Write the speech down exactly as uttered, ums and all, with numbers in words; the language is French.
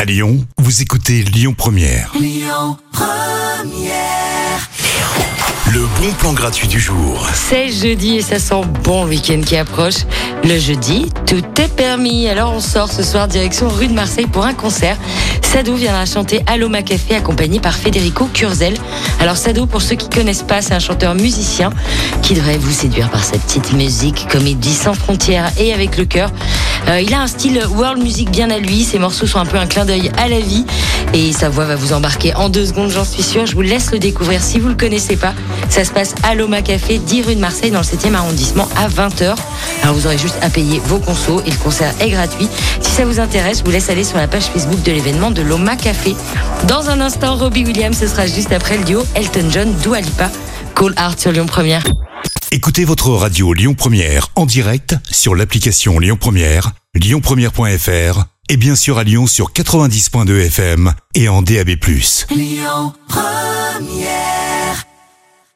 À Lyon, vous écoutez Lyon Première. Lyon Première. Le bon plan gratuit du jour. C'est jeudi et ça sent bon le week-end qui approche. Le jeudi, tout est permis. Alors on sort ce soir direction rue de Marseille pour un concert. Sado viendra chanter Aloma Café accompagné par Federico Curzel. Alors Sado, pour ceux qui connaissent pas, c'est un chanteur musicien qui devrait vous séduire par sa petite musique, comme il dit, sans frontières et avec le cœur. Euh, il a un style world music bien à lui. Ses morceaux sont un peu un clin d'œil à la vie et sa voix va vous embarquer en deux secondes, j'en suis sûre. Je vous laisse le découvrir si vous le connaissez pas. Ça se passe à Aloma Café, dix rue de Marseille, dans le septième arrondissement, à vingt heures. Alors vous aurez juste à payer vos consos et le concert est gratuit. Si ça vous intéresse, je vous laisse aller sur la page Facebook de l'événement de l'Aloma Café. Dans un instant, Robbie Williams, ce sera juste après le duo Elton John, Dua Lipa, Cold Heart sur Lyon Première. Écoutez votre radio Lyon Première en direct sur l'application Lyon Première, lyon première point f r et bien sûr à Lyon sur quatre-vingt-dix virgule deux F M et en D A B plus. Lyon Première.